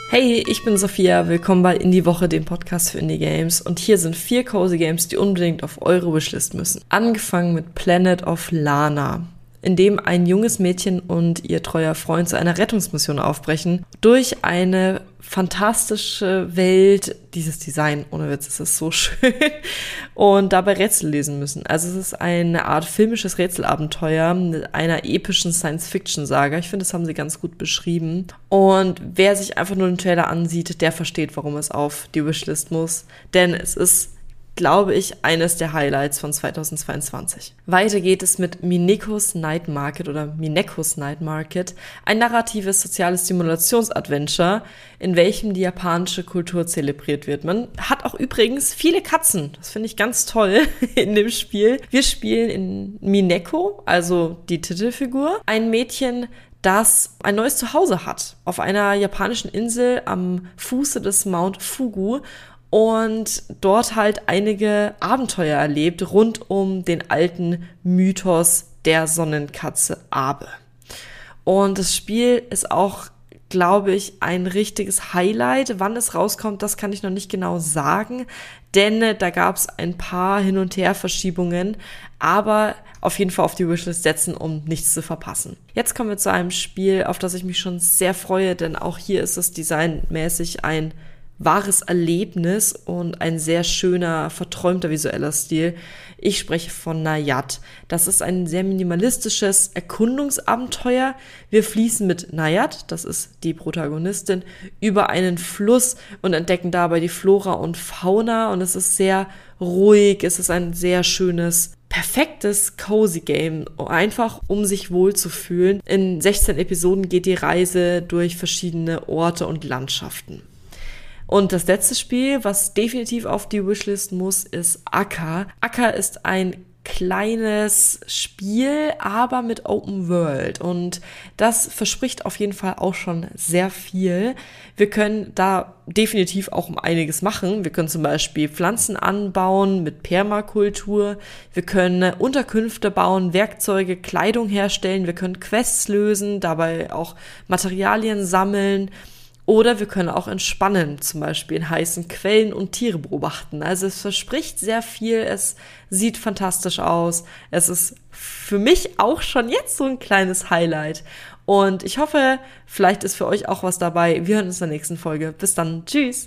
Hey, ich bin Sophia, willkommen bei Indie Woche, dem Podcast für Indie Games. Und hier sind 4 Cozy Games, die unbedingt auf eure Wishlist müssen. Angefangen mit Planet of Lana, in dem ein junges Mädchen und ihr treuer Freund zu einer Rettungsmission aufbrechen. Durch eine fantastische Welt, dieses Design, ohne Witz, es ist so schön, und dabei Rätsel lösen müssen. Also es ist eine Art filmisches Rätselabenteuer mit einer epischen Science-Fiction-Saga. Ich finde, das haben sie ganz gut beschrieben. Und wer sich einfach nur den Trailer ansieht, der versteht, warum es auf die Wishlist muss. Denn es ist, glaube ich, eines der Highlights von 2022. Weiter geht es mit Mineko's Night Market, ein narratives soziales Simulations-Adventure, in welchem die japanische Kultur zelebriert wird. Man hat auch übrigens viele Katzen, das finde ich ganz toll in dem Spiel. Wir spielen in Mineko, also die Titelfigur, ein Mädchen, das ein neues Zuhause hat, auf einer japanischen Insel am Fuße des Mount Fugu, und dort halt einige Abenteuer erlebt rund um den alten Mythos der Sonnenkatze Abe. Und das Spiel ist auch, glaube ich, ein richtiges Highlight. Wann es rauskommt, das kann ich noch nicht genau sagen, denn da gab es ein paar Hin- und Her-Verschiebungen, aber auf jeden Fall auf die Wishlist setzen, um nichts zu verpassen. Jetzt kommen wir zu einem Spiel, auf das ich mich schon sehr freue, denn auch hier ist es designmäßig ein wahres Erlebnis und ein sehr schöner, verträumter visueller Stil. Ich spreche von Nayat. Das ist ein sehr minimalistisches Erkundungsabenteuer. Wir fließen mit Nayat, das ist die Protagonistin, über einen Fluss und entdecken dabei die Flora und Fauna, und es ist sehr ruhig, es ist ein sehr schönes, perfektes Cozy Game, einfach um sich wohlzufühlen. In 16 Episoden geht die Reise durch verschiedene Orte und Landschaften. Und das letzte Spiel, was definitiv auf die Wishlist muss, ist Akka. Akka ist ein kleines Spiel, aber mit Open World. Und das verspricht auf jeden Fall auch schon sehr viel. Wir können da definitiv auch um einiges machen. Wir können zum Beispiel Pflanzen anbauen mit Permakultur. Wir können Unterkünfte bauen, Werkzeuge, Kleidung herstellen. Wir können Quests lösen, dabei auch Materialien sammeln. Oder wir können auch entspannen, zum Beispiel in heißen Quellen und Tiere beobachten. Also es verspricht sehr viel, es sieht fantastisch aus. Es ist für mich auch schon jetzt so ein kleines Highlight. Und ich hoffe, vielleicht ist für euch auch was dabei. Wir hören uns in der nächsten Folge. Bis dann. Tschüss.